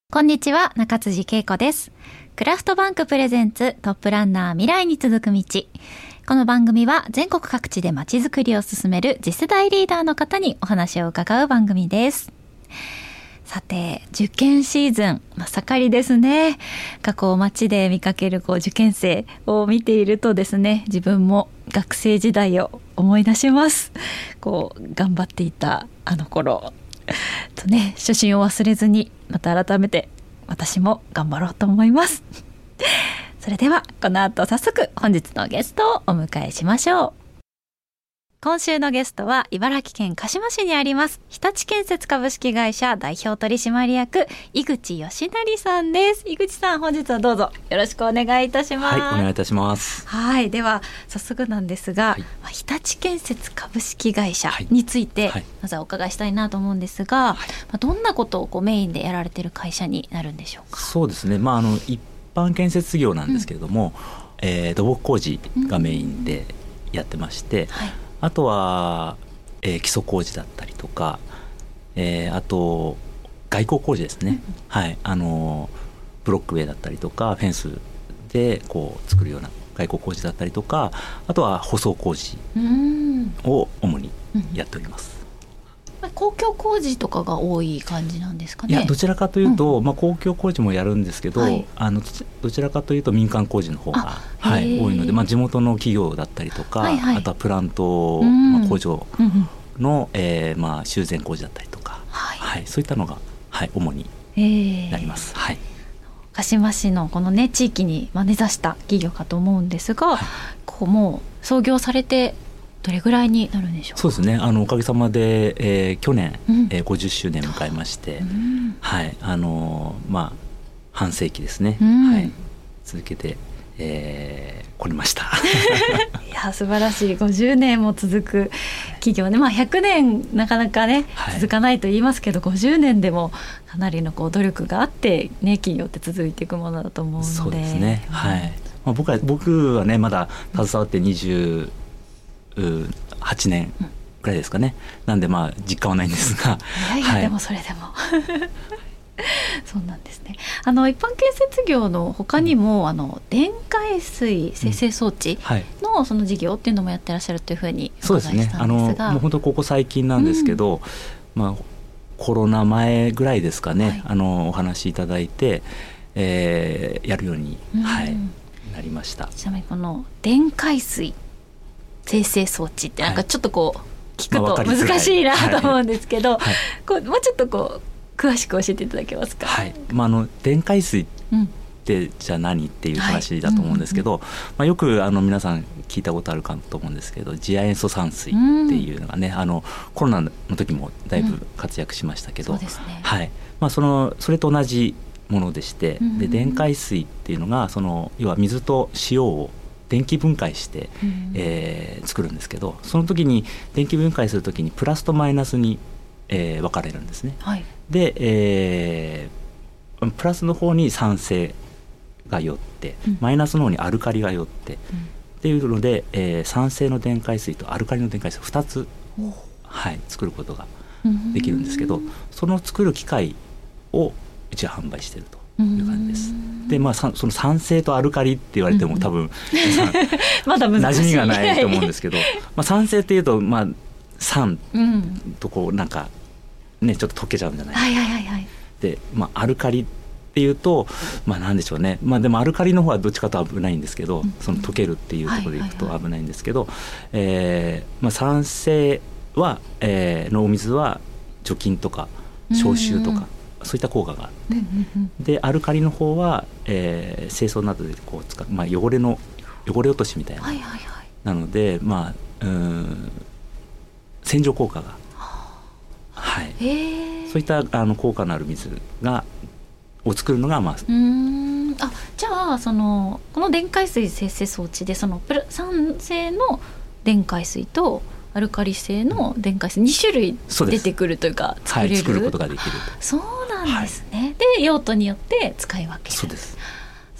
こんにちは、中辻恵子です。クラフトバンクプレゼンツトップランナー未来に続く道。この番組は全国各地でまちづくりを進める次世代リーダーの方にお話を伺う番組です。さて、受験シーズン真っ盛りですね。過去街で見かける受験生を見ているとですね、自分も学生時代を思い出します。頑張っていたあの頃とね、初心を忘れずにまた改めて私も頑張ろうと思います。それではこの後早速本日のゲストをお迎えしましょう。今週のゲストは茨城県鹿嶋市にあります日立建設株式会社代表取締役井口義成さんです。井口さん、本日はどうぞよろしくお願いいたします。 はい、お願いいたします。 はい、では早速なんですが、日立建設株式会社について、まずはお伺いしたいなと思うんですが、どんなことをメインでやられている会社になるんでしょうか。 そうですね、一般建設業なんですけれども、土木工事がメインでやってまして、あとは、基礎工事だったりとか、あと外交工事ですね、ブロック塀だったりとかフェンスで作るような外交工事だったりとか、あとは舗装工事を主にやっております。 公共工事とかが多い感じなんですかね。 いや、どちらかというと、公共工事もやるんですけど、どちらかというと民間工事の方が、多いので、地元の企業だったりとか、あとはプラント、工場の、修繕工事だったりとか、そういったのが、主になります。 鹿嶋市のこのね地域に根ざした企業かと思うんですが、もう創業されてどれぐらいになるんでしょうか。 そうですね、おかげさまで、去年、50周年迎えまして、半世紀ですね、続けて、来れました。 いや、素晴らしい。50年も続く企業で、100年なかなかね、続かないと言いますけど、50年でもかなりの努力があって、企業って続いていくものだと思うので。 そうですね、僕はねまだ携わって28年ぐらいですかね。なんで実感はないんですが、 でもそれでもそうなんですね。一般建設業の他にも、電解水生成装置のその事業っていうのもやってらっしゃるというふうにお伺いしたんですが。そうですね、もう本当ここ最近なんですけど、コロナ前ぐらいですかね、お話しいただいて、やるように、なりました。 ちなみにこの電解水生成装置ってちょっと聞くと難しいなと思うんですけど、もうちょっと詳しく教えていただけますか。 電解水ってじゃあ何っていう話だと思うんですけど、よく皆さん聞いたことあるかと思うんですけど、次亜塩素酸水っていうのがね、コロナの時もだいぶ活躍しましたけど、それと同じものでして、で電解水っていうのが要は水と塩を電気分解して、作るんですけど、その時に電気分解する時にプラスとマイナスに、分かれるんですね。で、プラスの方に酸性が寄って、マイナスの方にアルカリが寄って、っていうので、酸性の電解水とアルカリの電解水2つ、作ることができるんですけど、その作る機械をうちは販売しているという感じです。で、その酸性とアルカリって言われても多分まだ難しい、 馴染みがないと思うんですけど、酸性っていうと酸とちょっと溶けちゃうんじゃないですか。で、アルカリっていうとなんでしょうね、でもアルカリの方はどっちかと危ないんですけど、その溶けるっていうところでいくと危ないんですけど、酸性は、のお水は除菌とか消臭とか、そういった効果があって、でアルカリの方は、清掃などで使う、汚れ落としみたいな、なので洗浄効果が、そういった効果のある水を作るのがじゃあこの電解水生成装置で酸性の電解水とアルカリ性の電解水2種類出てくるというか、作ることができると。 そうなんですね。で用途によって使い分ける。 そうです。 そうな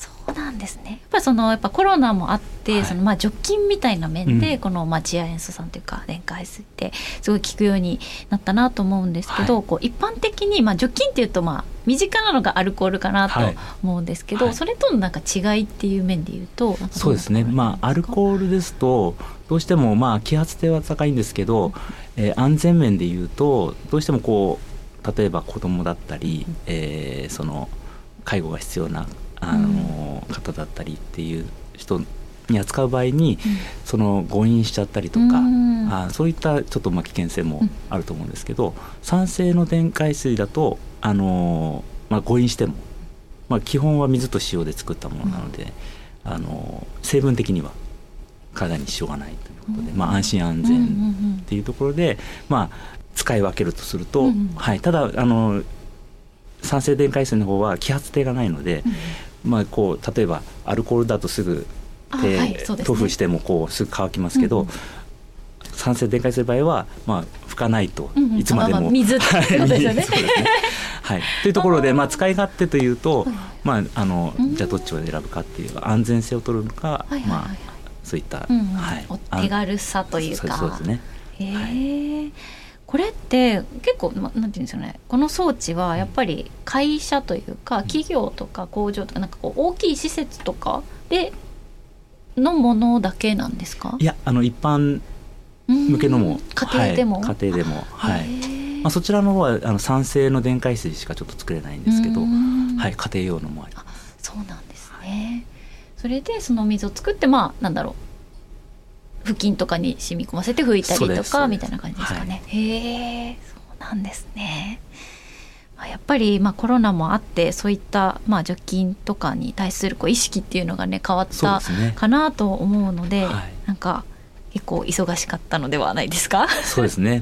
なんですね。やっぱコロナもあって、その除菌みたいな面で、この次亜塩素酸というか電解水ってすごい効くようになったなと思うんですけど、こう一般的に除菌っていうと身近なのがアルコールかなと思うんですけど、それとのなんか違いっていう面でいうと、 そうですね、アルコールですとどうしても揮発性は高いんですけど、安全面でいうとどうしてもこう例えば子供だったり、その介護が必要な方だったりっていう人に扱う場合に、その誤飲しちゃったりとか、そういったちょっと危険性もあると思うんですけど、酸性の電解水だと誤飲しても、基本は水と塩で作ったものなので、成分的には体に支障がないということで、安心安全っていうところで、使い分けるとすると、ただ酸性電解水の方は揮発性がないので、こう例えばアルコールだとすぐ塗布してもすぐ乾きますけど、酸性電解水の場合は拭かないといつまでも水ってことですよね。 というところで使い勝手というと、じゃあどっちを選ぶかっていう安全性を取るのか、そういったお手軽さというか。 そうですね。 これって結構なんていうんですよね、この装置はやっぱり会社というか企業とか工場とか大きい施設とかでのものだけなんですか？ いや、一般向けのも家庭でも、 家庭でも、そちらの方は酸性の電解水しかちょっと作れないんですけど、家庭用のもあります。 そうなんですね。それでその水を作ってなんだろう、布巾とかに染み込ませて拭いたりとかみたいな感じですかね。へえ、そうなんですね。やっぱりコロナもあってそういった除菌とかに対する意識っていうのがね変わったかなと思うので、なんか結構忙しかったのではないですか？ そうですね。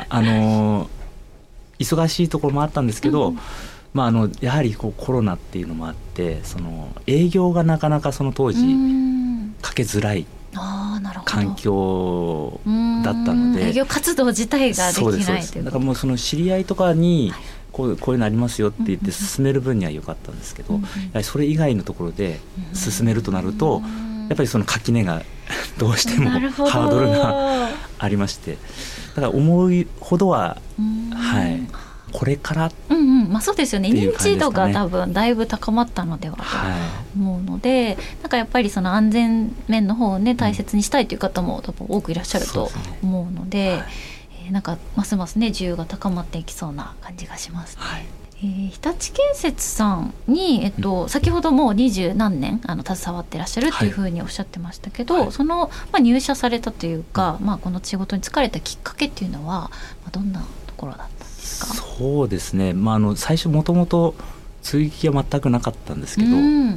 忙しいところもあったんですけど、やはりコロナっていうのもあって、その営業がなかなかその当時かけづらい環境だったので、 営業活動自体ができないという。 だからもうその知り合いとかにこういうのありますよって言って進める分には良かったんですけど、やはりそれ以外のところで進めるとなると、やっぱりその垣根がどうしてもハードルがありまして、だから思うほどはこれからそうですよね。認知度が多分だいぶ高まったのではと思うので、やっぱりその安全面の方をね大切にしたいという方も多分多くいらっしゃると思うので、ますますね需要が高まっていきそうな感じがしますね。日立建設さんに、先ほどもう20何年携わってらっしゃるっていうふうにおっしゃってましたけど、その、入社されたというか、この仕事に就かれたきっかけっていうのは、どんなところだったんですか？ そうですね、最初もともと追撃は全くなかったんですけど、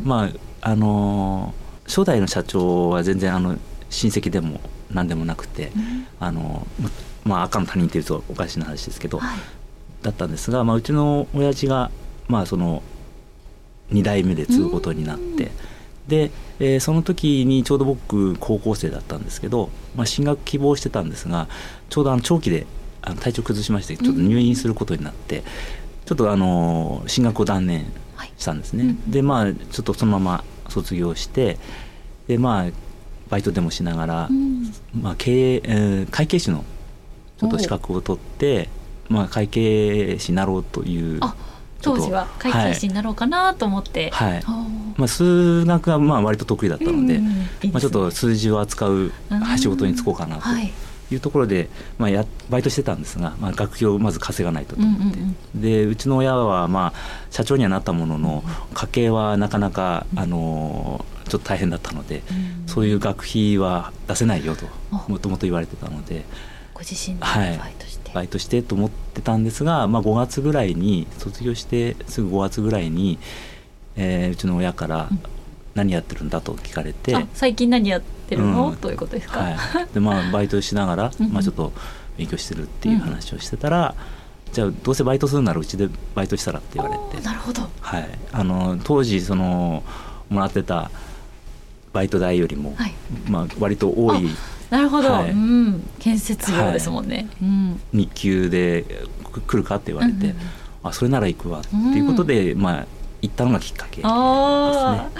初代の社長は全然親戚でも何でもなくて、赤の他人っていうとおかしな話ですけど、だったんですが、うちの親父が、その2代目で継ぐことになって、で、その時にちょうど僕高校生だったんですけど、進学希望してたんですが、ちょうど長期で体調崩しましてちょっと入院することになって、ちょっと進学を断念したんですね。でちょっとそのまま卒業して、でバイトでもしながら、会計士のちょっと資格を取って、会計士になろうという、 当時は会計士になろうかなと思って、 数学が割と得意だったので、ちょっと数字を扱う仕事に就こうかなというところで、バイトしてたんですが、学費をまず稼がないとと思って、でうちの親は社長にはなったものの、家計はなかなかちょっと大変だったので、そういう学費は出せないよともともと言われてたので、 ご自身でバイトしてと思ってたんですが、5月ぐらいに卒業してすぐ5月ぐらいに、うちの親から何やってるんだと聞かれて、 最近何やってるの、ということですか？ でバイトしながら、ちょっと勉強してるっていう話をしてたら、じゃあどうせバイトするならうちでバイトしたらって言われて、 なるほど、 当時もらってたバイト代よりも、割と多い、 なるほど、建設業ですもんね。 日給で来るかって言われて、それなら行くわっていうことで、行ったのがきっかけですね。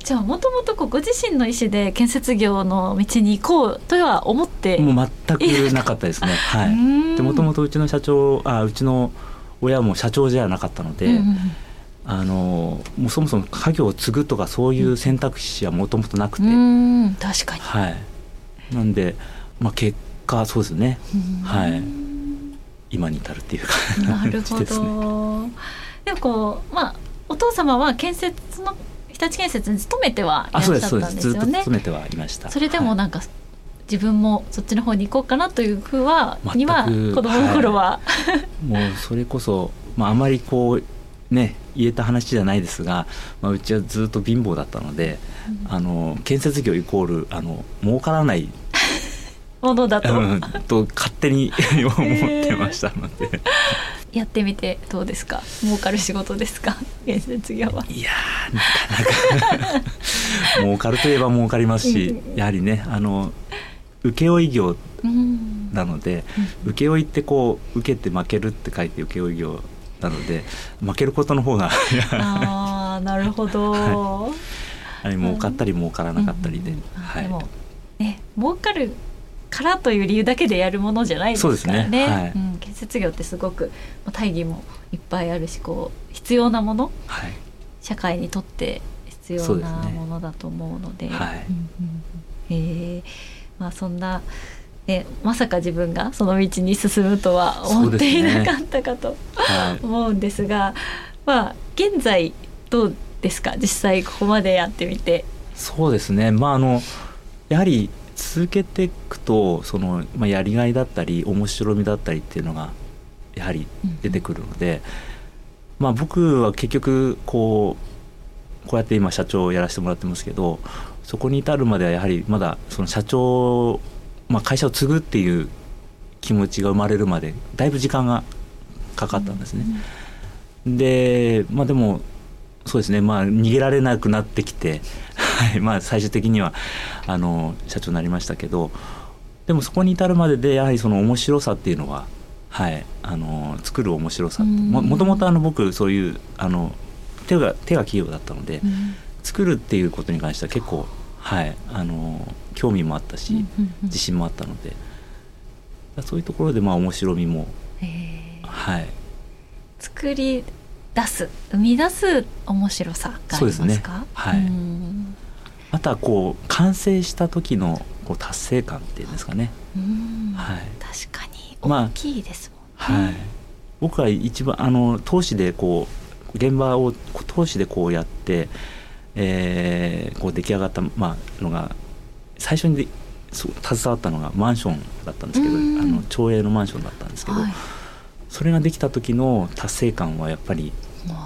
じゃあもともとご自身の意思で建設業の道に行こうとは思ってもう全くなかったですね。はい、でもともとうちのうちの親も社長じゃなかったので、もうそもそも家業を継ぐとかそういう選択肢はもともとなくて、 確かに、 はい、なんで、結果そうですね、はい、今に至るっていう感じですね。なるほど。 でもお父様は日立建設に勤めてはいらっしゃったんですよね。 ずっと勤めてはいました。 それでもなんか、自分もそっちの方に行こうかなというふうには子供の頃は、 もうそれこそ、あまりこうね言えた話じゃないですが、うちはずっと貧乏だったので、建設業イコール儲からないものだと勝手に思ってましたのでやってみてどうですか？儲かる仕事ですか？建設業は。 いやなかなか儲かるといえば儲かりますし、やはりね請負業なので、請負ってこう受けて負けるって書いて請負業なので、負けることの方がなるほど、 儲かったり儲からなかったりで、 でもね、儲かるからという理由だけでやるものじゃないですからね。はい、建設業ってすごく大義もいっぱいあるし、必要なもの、社会にとって必要なものだと思うので、そんな、まさか自分がその道に進むとは思っていなかったかと思うんですが、現在どうですか？実際ここまでやってみて。 そうですね、やはり続けていくとやりがいだったり面白みだったりっていうのがやはり出てくるので、僕は結局こうやって今社長をやらせてもらってますけど、そこに至るまではやはりまだその社長、会社を継ぐっていう気持ちが生まれるまでだいぶ時間がかかったんですね。で、でもそうですね、逃げられなくなってきて最終的には社長になりましたけど、でもそこに至るまででやはりその面白さっていうのは、作る面白さ、もともと僕そういう手が器用だったので、作るっていうことに関しては結構、興味もあったし、自信もあったので、そういうところで面白みも、 作り出す、生み出す面白さがありますか？そうですね、 あとは完成した時の達成感っていうんですかね。 確かに大きいですもんね。 僕は一番投資で現場を投資でやって、出来上がった、のが最初に携わったのがマンションだったんですけど、町営のマンションだったんですけど、それができた時の達成感はやっぱり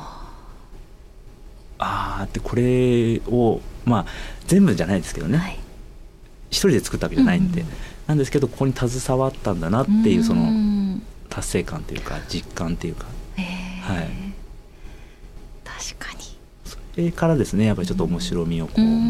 ってこれを全部じゃないですけどね、一人で作ったわけじゃないんで、なんですけどここに携わったんだなっていうその達成感というか実感というか、 確かにそれからですね、やっぱりちょっと面白みを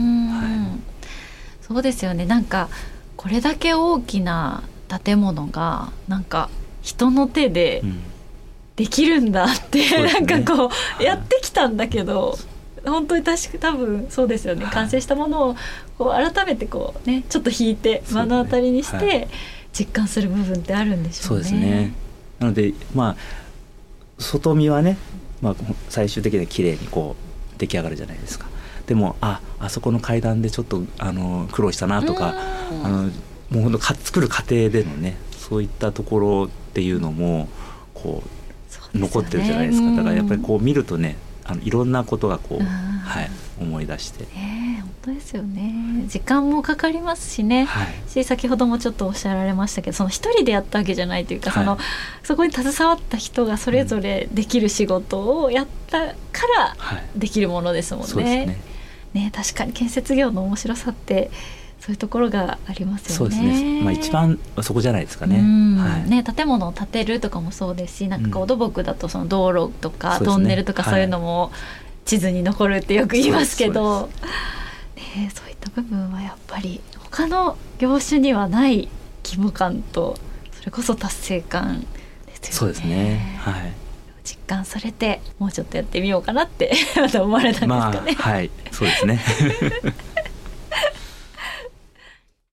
そうですよね。なんかこれだけ大きな建物がなんか人の手でできるんだって、なんかやってきたんだけど、本当に多分そうですよね。完成したものを改めてちょっと引いて目の当たりにして実感する部分ってあるんでしょうね。 そうですね。なので外見はね、最終的には綺麗に出来上がるじゃないですか。でもあそこの階段でちょっと苦労したなとか、もう本当作る過程でのね、そういったところっていうのも残ってるじゃないですか。だからやっぱり見るとね、いろんなことが思い出して、 本当ですよね。時間もかかりますしね、先ほどもちょっとおっしゃられましたけど、一人でやったわけじゃないというか、そこに携わった人がそれぞれできる仕事をやったからできるものですもんね。そうですね。確かに建設業の面白さってそういうところがありますよね。 そうですね。一番そこじゃないですかね。 建物を建てるとかもそうですし、なんか土木だとその道路とかトンネルとかそういうのも地図に残るってよく言いますけど、そういった部分はやっぱり他の業種にはない規模感と、それこそ達成感ですよね。 そうですね。 自実感されてもうちょっとやってみようかなってまた思われたんですかね。 はい、そうですね